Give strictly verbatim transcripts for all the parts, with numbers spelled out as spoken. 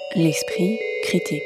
L'esprit critique.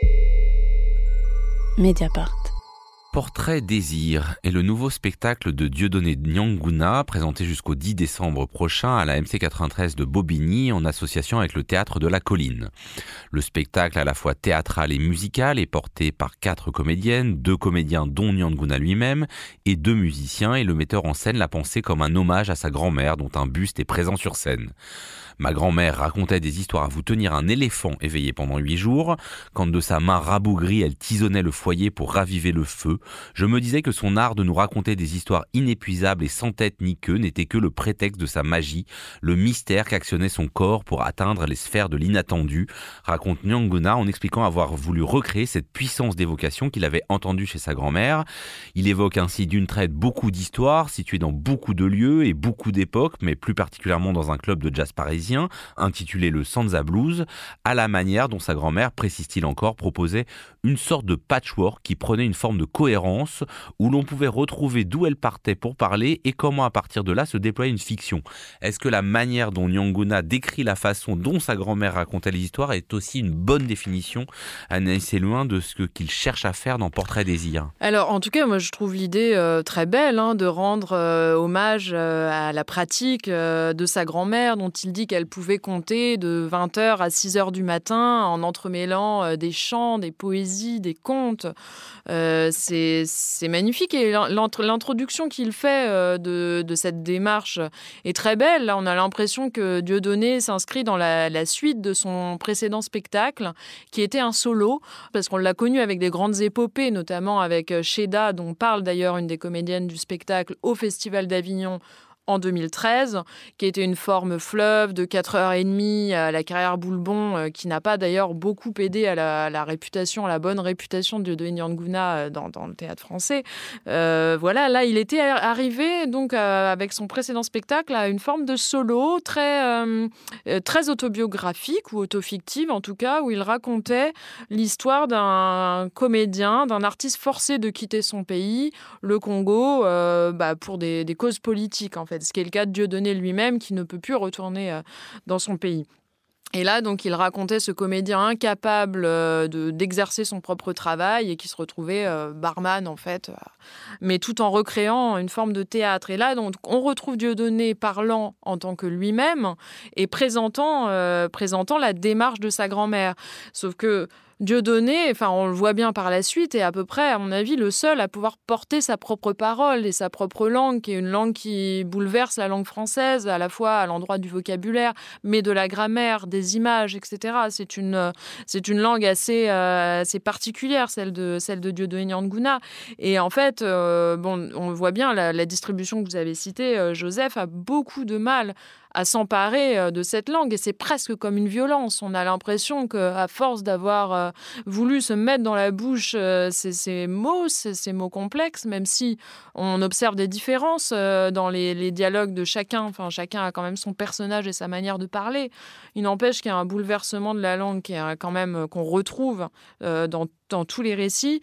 Mediapart. Portrait Désir est le nouveau spectacle de Dieudonné Nyanguna, présenté jusqu'au dix décembre prochain à la M C quatre-vingt-treize de Bobigny en association avec le Théâtre de la Colline. Le spectacle à la fois théâtral et musical est porté par quatre comédiennes, deux comédiens dont Nyanguna lui-même et deux musiciens, et le metteur en scène l'a pensé comme un hommage à sa grand-mère dont un buste est présent sur scène. Ma grand-mère racontait des histoires à vous tenir un éléphant éveillé pendant huit jours. Quand de sa main rabougrie, elle tisonnait le foyer pour raviver le feu. Je me disais que son art de nous raconter des histoires inépuisables et sans tête ni queue n'était que le prétexte de sa magie, le mystère qu'actionnait son corps pour atteindre les sphères de l'inattendu, raconte Nyanguna en expliquant avoir voulu recréer cette puissance d'évocation qu'il avait entendue chez sa grand-mère. Il évoque ainsi d'une traite beaucoup d'histoires situées dans beaucoup de lieux et beaucoup d'époques, mais plus particulièrement dans un club de jazz parisien intitulé le Sansa Blues, à la manière dont sa grand-mère, précise-t-il encore, proposait une sorte de patchwork qui prenait une forme de cohérence où l'on pouvait retrouver d'où elle partait pour parler et comment à partir de là se déployer une fiction. Est-ce que la manière dont Nyanguna décrit la façon dont sa grand-mère racontait les histoires est aussi une bonne définition, Anaïs Elouin, de ce que, qu'il cherche à faire dans Portrait Désir? Alors, en tout cas, moi, je trouve l'idée euh, très belle hein, de rendre euh, hommage euh, à la pratique euh, de sa grand-mère, dont il dit qu'elle pouvait compter de vingt heures à six heures du matin en entremêlant euh, des chants, des poésies, des contes. Euh, c'est, c'est magnifique. Et l'introduction qu'il fait euh, de, de cette démarche est très belle. Là, on a l'impression que Dieudonné s'inscrit dans la, la suite de son précédent spectacle, qui était un solo, parce qu'on l'a connu avec des grandes épopées, notamment avec Cheda, dont parle d'ailleurs une des comédiennes du spectacle au Festival d'Avignon en deux mille treize, qui était une forme fleuve de quatre heures trente à la carrière Boulbon, euh, qui n'a pas d'ailleurs beaucoup aidé à la, à la réputation, à la bonne réputation de Dieudonné Nyanguna dans, dans le théâtre français. Euh, voilà, là, il était arrivé donc euh, avec son précédent spectacle à une forme de solo très, euh, très autobiographique ou autofictive en tout cas, où il racontait l'histoire d'un comédien, d'un artiste forcé de quitter son pays, le Congo, euh, bah, pour des, des causes politiques en fait. Ce qui est le cas de Dieudonné lui-même, qui ne peut plus retourner euh, dans son pays. Et là, donc, il racontait ce comédien incapable euh, de, d'exercer son propre travail et qui se retrouvait euh, barman, en fait, euh, mais tout en recréant une forme de théâtre. Et là, donc, on retrouve Dieudonné parlant en tant que lui-même et présentant, euh, présentant la démarche de sa grand-mère. Sauf que Dieudonné, enfin, on le voit bien par la suite, est à peu près, à mon avis, le seul à pouvoir porter sa propre parole et sa propre langue, qui est une langue qui bouleverse la langue française, à la fois à l'endroit du vocabulaire, mais de la grammaire, des images, et cetera. C'est une, c'est une langue assez, euh, assez particulière, celle de, celle de Dieudonné Nyanguna. Et en fait, euh, bon, on voit bien, la, la distribution que vous avez citée, euh, Joseph, a beaucoup de mal à s'emparer de cette langue, et c'est presque comme une violence. On a l'impression qu'à force d'avoir euh, voulu se mettre dans la bouche euh, ces, ces mots, ces, ces mots complexes, même si on observe des différences euh, dans les, les dialogues de chacun, enfin chacun a quand même son personnage et sa manière de parler, il n'empêche qu'il y a un bouleversement de la langue qui est quand même, qu'on retrouve euh, dans, dans tous les récits.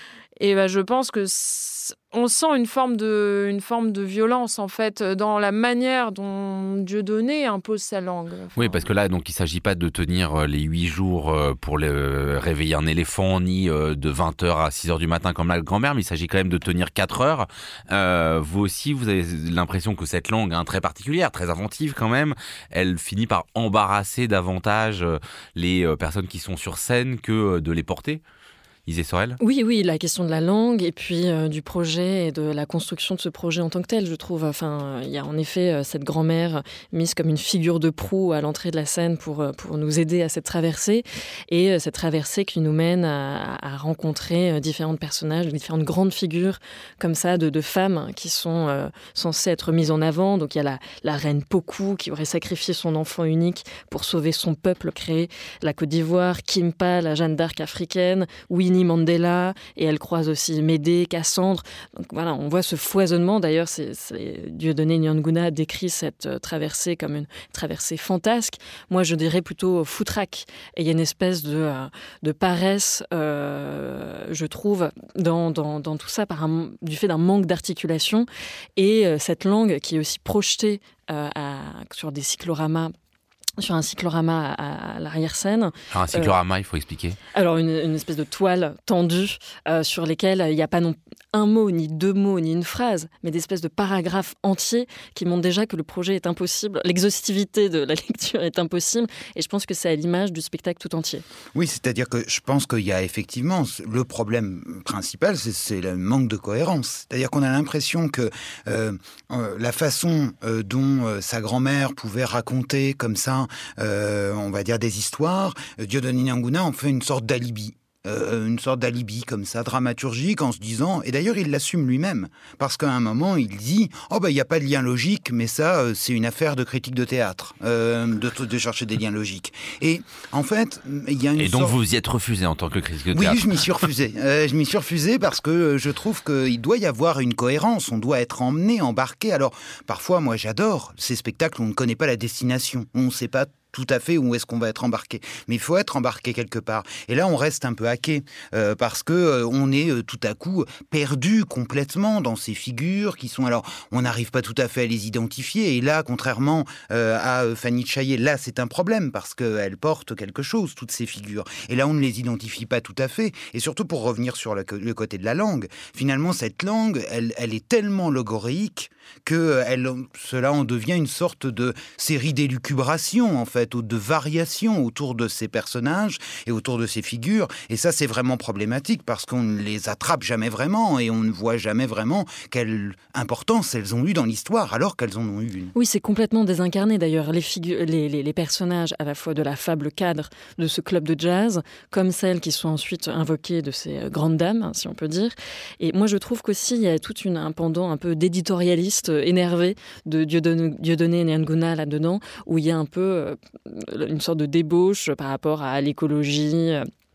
Et ben, je pense que on sent une forme de, une forme de violence en fait dans la manière dont Dieudonné impose sa langue. Enfin, oui, parce que là, donc, il ne s'agit pas de tenir les huit jours pour le, réveiller un éléphant, ni de vingt heures à six heures du matin comme la grand-mère, mais il s'agit quand même de tenir quatre heures. Euh, vous aussi, vous avez l'impression que cette langue, hein, très particulière, très inventive quand même, elle finit par embarrasser davantage les personnes qui sont sur scène que de les porter. Isée Sorel ? Oui, oui, la question de la langue et puis euh, du projet et de la construction de ce projet en tant que tel, je trouve. Enfin, il y a en effet euh, cette grand-mère mise comme une figure de proue à l'entrée de la scène pour, pour nous aider à cette traversée, et euh, cette traversée qui nous mène à, à rencontrer euh, différents personnages, différentes grandes figures comme ça de, de femmes qui sont euh, censées être mises en avant. Donc il y a la, la reine Pokou qui aurait sacrifié son enfant unique pour sauver son peuple, créer la Côte d'Ivoire, Kimpa, la Jeanne d'Arc africaine, Winnie Mandela, et elle croise aussi Médée, Cassandre. Donc voilà, on voit ce foisonnement. D'ailleurs, c'est, c'est Dieudonné Nyanguna décrit cette euh, traversée comme une traversée fantasque. Moi, je dirais plutôt foutraque. Et il y a une espèce de, euh, de paresse, euh, je trouve, dans, dans, dans tout ça, par un, du fait d'un manque d'articulation. Et euh, cette langue qui est aussi projetée euh, à, sur des cycloramas sur un cyclorama à, à l'arrière-scène. Alors un cyclorama, euh, il faut expliquer. Alors une, une espèce de toile tendue euh, sur lesquelles il n'y a pas non un mot, ni deux mots, ni une phrase, mais des espèces de paragraphes entiers qui montrent déjà que le projet est impossible, l'exhaustivité de la lecture est impossible, et je pense que c'est à l'image du spectacle tout entier. Oui, c'est-à-dire que je pense qu'il y a effectivement, le problème principal, c'est, c'est le manque de cohérence. C'est-à-dire qu'on a l'impression que euh, euh, la façon euh, dont euh, sa grand-mère pouvait raconter comme ça, Euh, on va dire des histoires, Dieudonné Nianguna en fait une sorte d'alibi. Euh, une sorte d'alibi comme ça, dramaturgique, en se disant, et d'ailleurs il l'assume lui-même, parce qu'à un moment il dit « Oh ben il n'y a pas de lien logique, mais ça euh, c'est une affaire de critique de théâtre, euh, de, de chercher des liens logiques. » Et en fait, il y a une Et donc sorte... vous y êtes refusé en tant que critique de théâtre? Oui, je m'y suis refusé. Euh, je m'y suis refusé parce que je trouve qu'il doit y avoir une cohérence, on doit être emmené, embarqué. Alors parfois, moi j'adore ces spectacles où on ne connaît pas la destination, on ne sait pas tout à fait où est-ce qu'on va être embarqué. Mais il faut être embarqué quelque part. Et là, on reste un peu hacké, euh, parce que euh, on est euh, tout à coup perdu complètement dans ces figures qui sont... Alors, on n'arrive pas tout à fait à les identifier. Et là, contrairement euh, à euh, Fanny Chaillet, là, c'est un problème, parce qu'elle porte quelque chose, toutes ces figures. Et là, on ne les identifie pas tout à fait. Et surtout, pour revenir sur le, le côté de la langue, finalement, cette langue, elle, elle est tellement logoréique que elle, cela en devient une sorte de série d'élucubrations, en fait, ou de variations autour de ces personnages et autour de ces figures. Et ça, c'est vraiment problématique parce qu'on ne les attrape jamais vraiment et on ne voit jamais vraiment quelle importance elles ont eu dans l'histoire alors qu'elles en ont eu une. Oui, c'est complètement désincarné d'ailleurs. Les, figu- les, les, les personnages à la fois de la fable cadre de ce club de jazz, comme celles qui sont ensuite invoquées de ces grandes dames, si on peut dire. Et moi, je trouve qu'aussi, il y a tout une, un pendant un peu d'éditorialiste énervé de Dieudonné, Dieudonné Nianguna là-dedans, où il y a un peu une sorte de débauche par rapport à l'écologie,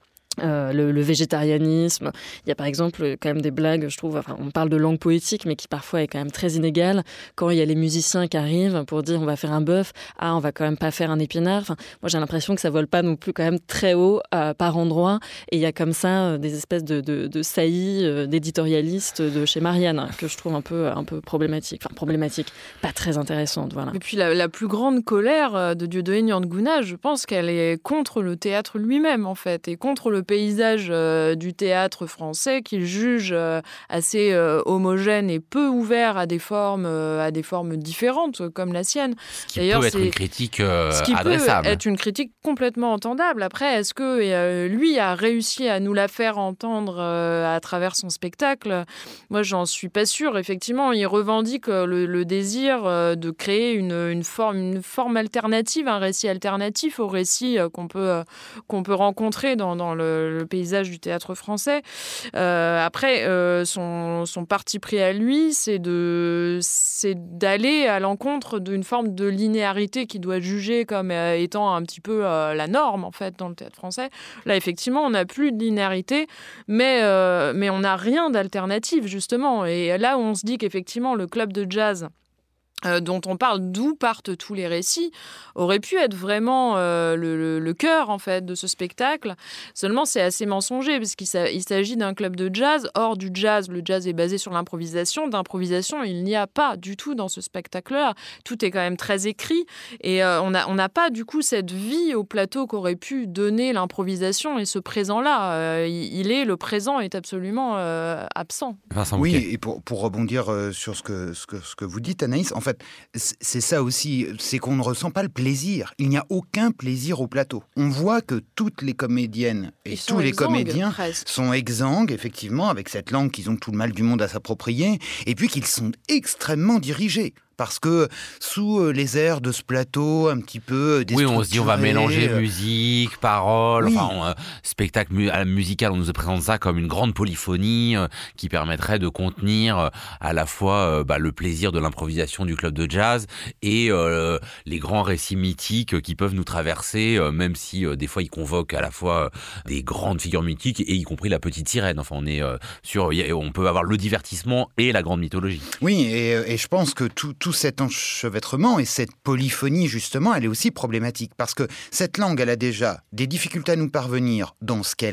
Euh, le, le végétarianisme. Il y a par exemple quand même des blagues, je trouve, enfin, on parle de langue poétique, mais qui parfois est quand même très inégale. Quand il y a les musiciens qui arrivent pour dire on va faire un bœuf, ah on va quand même pas faire un épinard. Enfin, moi j'ai l'impression que ça vole pas non plus quand même très haut euh, par endroits. Et il y a comme ça euh, des espèces de, de, de saillies euh, d'éditorialistes de chez Marianne que je trouve un peu, un peu problématique. Enfin problématique, pas très intéressante. Voilà. Et puis la, la plus grande colère de Dieudonné Nianguna, je pense qu'elle est contre le théâtre lui-même en fait, et contre le paysage euh, du théâtre français qu'il juge euh, assez euh, homogène et peu ouvert à des formes, euh, à des formes différentes comme la sienne. Ce qui D'ailleurs, peut être c'est... une critique euh, Ce qui adressable. peut être une critique complètement entendable. Après, est-ce que euh, lui a réussi à nous la faire entendre euh, à travers son spectacle ? Moi, j'en suis pas sûre. Effectivement, il revendique le, le désir euh, de créer une, une, forme, une forme alternative, un récit alternatif au récit euh, qu'on peut, euh, qu'on peut rencontrer dans, dans le le paysage du théâtre français. Euh, après, euh, son, son parti pris à lui, c'est, de, c'est d'aller à l'encontre d'une forme de linéarité qu'il doit juger comme euh, étant un petit peu euh, la norme, en fait, dans le théâtre français. Là, effectivement, on n'a plus de linéarité, mais, euh, mais on n'a rien d'alternative, justement. Et là où on se dit qu'effectivement, le club de jazz Euh, dont on parle, d'où partent tous les récits, aurait pu être vraiment euh, le, le, le cœur en fait de ce spectacle. Seulement, c'est assez mensonger parce qu'il sa- il s'agit d'un club de jazz. Or, du jazz, le jazz est basé sur l'improvisation. D'improvisation, il n'y a pas du tout dans ce spectacle-là. Tout est quand même très écrit et euh, on n'a on n'a pas du coup cette vie au plateau qu'aurait pu donner l'improvisation et ce présent-là. Euh, il, il est, le présent est absolument euh, absent. Vincent Oui, Bouquet. et pour, pour rebondir euh, sur ce que, ce, que, ce que vous dites, Anaïs, en fait, c'est ça aussi, c'est qu'on ne ressent pas le plaisir. Il n'y a aucun plaisir au plateau. On voit que toutes les comédiennes et Ils tous les exsangues, comédiens presque. sont exsangues, effectivement, avec cette langue qu'ils ont tout le mal du monde à s'approprier, et puis qu'ils sont extrêmement dirigés. Parce que sous les airs de ce plateau, un petit peu Oui, on se dit on va mélanger euh... musique, paroles, oui. enfin, on, euh, spectacle mu- musical, on nous présente ça comme une grande polyphonie euh, qui permettrait de contenir euh, à la fois euh, bah, le plaisir de l'improvisation du club de jazz et euh, les grands récits mythiques euh, qui peuvent nous traverser, euh, même si euh, des fois ils convoquent à la fois euh, des grandes figures mythiques et y compris la petite sirène. Enfin, on est euh, sur, y a, on peut avoir le divertissement et la grande mythologie. Oui, et, et je pense que tout, tout Tout cet enchevêtrement et cette polyphonie, justement, elle est aussi problématique. Parce que cette langue, elle a déjà des difficultés à nous parvenir dans ce qu'elle est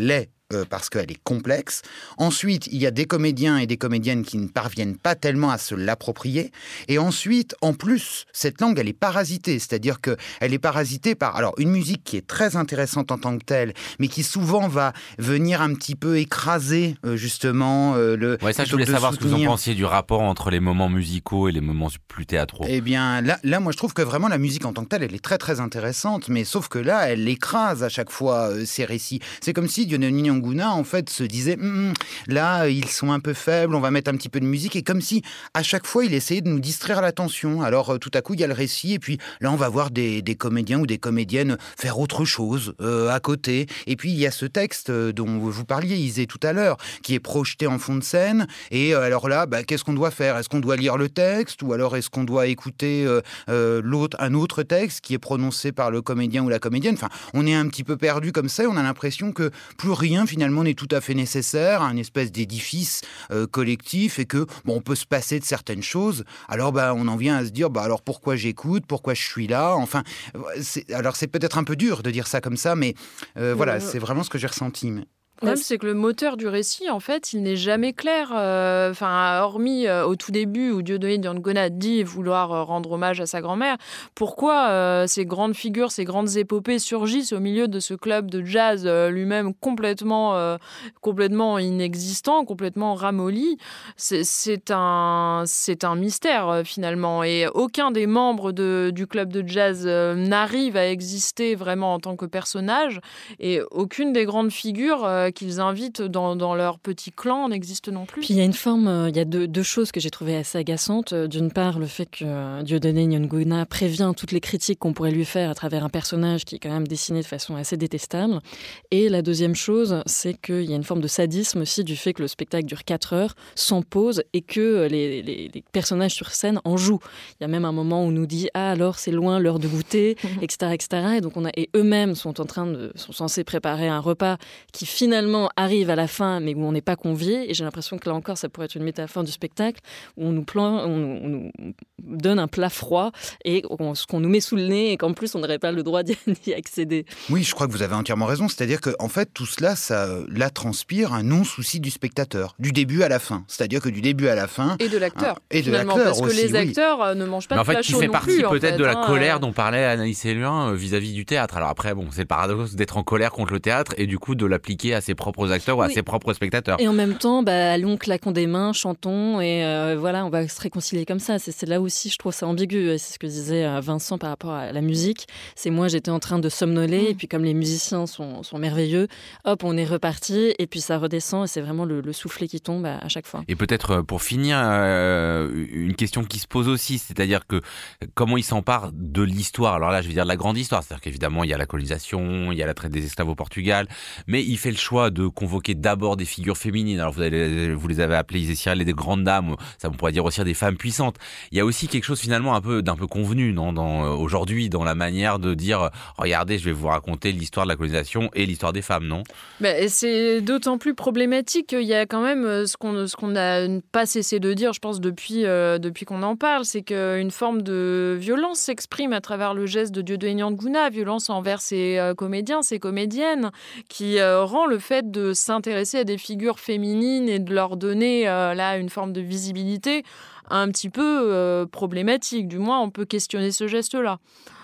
Euh, parce qu'elle est complexe. Ensuite, il y a des comédiens et des comédiennes qui ne parviennent pas tellement à se l'approprier. Et ensuite, en plus, cette langue, elle est parasitée. C'est-à-dire qu'elle est parasitée par alors, une musique qui est très intéressante en tant que telle, mais qui souvent va venir un petit peu écraser, euh, justement, euh, le... Ouais, ça, je voulais savoir soutenir. Ce que vous en pensiez du rapport entre les moments musicaux et les moments plus théâtraux. Eh bien, là, là, moi, je trouve que vraiment, la musique en tant que telle, elle est très, très intéressante. Mais sauf que là, elle écrase à chaque fois euh, ces récits. C'est comme si Dieudonné Nianguna, en fait, se disait hm, là, ils sont un peu faibles, on va mettre un petit peu de musique. Et comme si, à chaque fois, il essayait de nous distraire l'attention. Alors, euh, tout à coup, il y a le récit. Et puis, là, on va voir des, des comédiens ou des comédiennes faire autre chose euh, à côté. Et puis, il y a ce texte dont vous parliez, Isée, tout à l'heure, qui est projeté en fond de scène. Et euh, alors là, bah, qu'est-ce qu'on doit faire ? Est-ce qu'on doit lire le texte ? Ou alors, est-ce qu'on doit écouter euh, euh, l'autre, un autre texte qui est prononcé par le comédien ou la comédienne ? Enfin, on est un petit peu perdu comme ça. Et on a l'impression que plus rien, finalement, n'est tout à fait nécessaire, un espèce d'édifice euh, collectif, et que bon, on peut se passer de certaines choses. Alors bah, on en vient à se dire bah, alors pourquoi j'écoute, pourquoi je suis là, enfin c'est, alors c'est peut-être un peu dur de dire ça comme ça, mais euh, voilà, c'est vraiment ce que j'ai ressenti. Mais... Le problème, c'est que le moteur du récit, en fait, il n'est jamais clair. Euh, enfin, hormis euh, au tout début où Dieudonné Nianguna dit vouloir euh, rendre hommage à sa grand-mère, pourquoi euh, ces grandes figures, ces grandes épopées surgissent au milieu de ce club de jazz euh, lui-même complètement, euh, complètement inexistant, complètement ramolli ? C'est, c'est, un, c'est un mystère, euh, finalement. Et aucun des membres de, du club de jazz euh, n'arrive à exister vraiment en tant que personnage. Et aucune des grandes figures euh, qu'ils invitent dans, dans leur petit clan n'existe non plus. Puis il y a une forme, euh, il y a deux, deux choses que j'ai trouvées assez agaçantes. D'une part, le fait que euh, Dieudonné Nianguna prévient toutes les critiques qu'on pourrait lui faire à travers un personnage qui est quand même dessiné de façon assez détestable. Et la deuxième chose, c'est qu'il y a une forme de sadisme aussi du fait que le spectacle dure quatre heures, sans pause, et que les, les, les personnages sur scène en jouent. Il y a même un moment où on nous dit « Ah, alors c'est loin, l'heure de goûter », et cetera, et cetera. Et donc on a, et eux-mêmes sont en train de, sont censés préparer un repas qui finalement arrive à la fin, mais où on n'est pas convié. Et j'ai l'impression que là encore, ça pourrait être une métaphore du spectacle, où on nous, plan... on nous donne un plat froid et on... ce qu'on nous met sous le nez, et qu'en plus, on n'aurait pas le droit d'y accéder. Oui, je crois que vous avez entièrement raison. C'est-à-dire qu'en en fait, tout cela, ça là transpire un non-souci du spectateur, du début à la fin. C'est-à-dire que du début à la fin... Et de l'acteur. Et de l'acteur parce que aussi, les acteurs oui. ne mangent pas mais de plat chaud non plus. En fait, qui fait partie plus, peut-être fait, de la hein, colère euh... dont parlait Anaïs Eluin vis-à-vis du théâtre. Alors après, bon, c'est le paradoxe d'être en colère contre le théâtre et du coup de l'appliquer à ses propres acteurs ou à oui. ses propres spectateurs. Et en même temps, bah, allons, claquons des mains, chantons, et euh, voilà, on va se réconcilier comme ça. C'est, c'est là aussi, je trouve ça ambigu. Et c'est ce que disait Vincent par rapport à la musique. C'est moi, j'étais en train de somnoler, mmh. et puis comme les musiciens sont, sont merveilleux, hop, on est reparti, et puis ça redescend, et c'est vraiment le, le soufflet qui tombe à, à chaque fois. Et peut-être pour finir, euh, une question qui se pose aussi, c'est-à-dire que comment il s'empare de l'histoire. Alors là, je vais dire de la grande histoire, c'est-à-dire qu'évidemment, il y a la colonisation, il y a la traite des esclaves au Portugal, mais il fait le choix de convoquer d'abord des figures féminines. Alors vous, allez, vous les avez appelées Isée Cyril et des grandes dames, ça on pourrait dire aussi des femmes puissantes. Il y a aussi quelque chose finalement un peu d'un peu convenu, non, dans, aujourd'hui, dans la manière de dire regardez, je vais vous raconter l'histoire de la colonisation et l'histoire des femmes, non ? Ben, c'est d'autant plus problématique qu'il y a quand même ce qu'on ce qu'on n'a pas cessé de dire, je pense, depuis, euh, depuis qu'on en parle, c'est qu'une forme de violence s'exprime à travers le geste de Dieudonné Nianguna, violence envers ses euh, comédiens, ses comédiennes, qui euh, rend le fait de s'intéresser à des figures féminines et de leur donner euh, là une forme de visibilité un petit peu euh, problématique. Du moins, on peut questionner ce geste-là.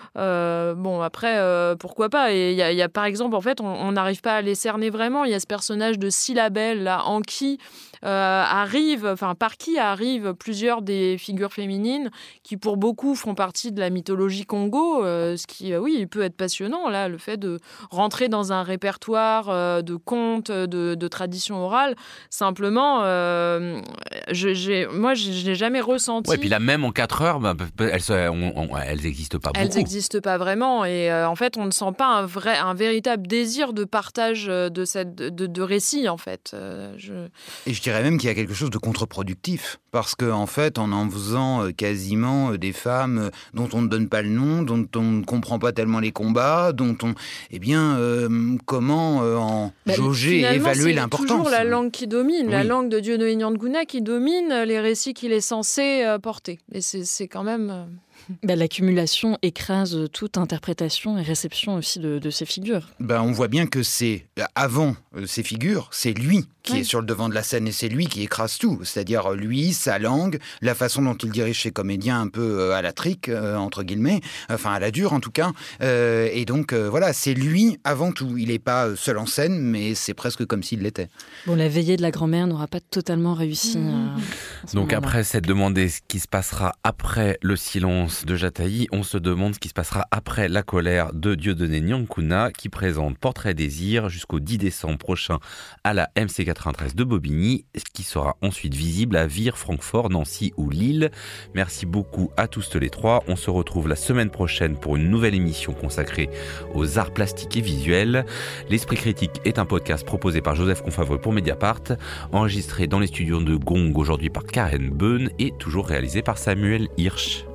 Euh, bon, après, euh, pourquoi pas. Et il y, y a, par exemple, en fait, on n'arrive pas à les cerner vraiment. Il y a ce personnage de Syllabelle, là, en qui euh, arrive, enfin, par qui arrivent plusieurs des figures féminines qui, pour beaucoup, font partie de la mythologie Congo. Euh, ce qui, euh, oui, peut être passionnant, là, le fait de rentrer dans un répertoire euh, de contes, de, de traditions orales. Simplement, euh, je, j'ai, moi, je n'ai jamais ressenti... Ouais, et puis là, même en quatre heures, bah, elles n'existent pas beaucoup. Elles n'existent pas vraiment. Et euh, en fait, on ne sent pas un, vrai, un véritable désir de partage de, cette, de, de récit, en fait. Euh, je... Et je dirais même qu'il y a quelque chose de contre-productif. Parce qu'en en fait, en en faisant quasiment des femmes dont on ne donne pas le nom, dont on ne comprend pas tellement les combats, dont on... Eh bien, euh, comment euh, en bah, jauger et évaluer l'importance ? C'est toujours la langue qui domine, oui. la langue de Dieudonné Nianguna qui domine les récits qu'il est censé euh, porter. Et c'est, c'est quand même... Euh... Ben, l'accumulation écrase toute interprétation et réception aussi de, de ces figures. Ben, on voit bien que c'est, avant euh, ces figures, c'est lui qui oui. est sur le devant de la scène et c'est lui qui écrase tout. C'est-à-dire lui, sa langue, la façon dont il dirige ses comédiens un peu euh, à la trique, euh, entre guillemets, enfin à la dure en tout cas. Euh, et donc euh, voilà, c'est lui avant tout. Il n'est pas seul en scène, mais c'est presque comme s'il l'était. Bon, la veillée de la grand-mère n'aura pas totalement réussi. Mmh. Euh, donc après s'être demandé ce qui se passera après le silence de Jataï, on se demande ce qui se passera après la colère de Dieudonné Niankouna qui présente Portrait Désir jusqu'au dix décembre prochain à la M C quatre-vingt-treize de Bobigny, qui sera ensuite visible à Vire, Francfort, Nancy ou Lille. Merci beaucoup à tous les trois. On se retrouve la semaine prochaine pour une nouvelle émission consacrée aux arts plastiques et visuels. L'Esprit Critique est un podcast proposé par Joseph Confavreux pour Mediapart, enregistré dans les studios de Gong aujourd'hui par Karen Beun et toujours réalisé par Samuel Hirsch.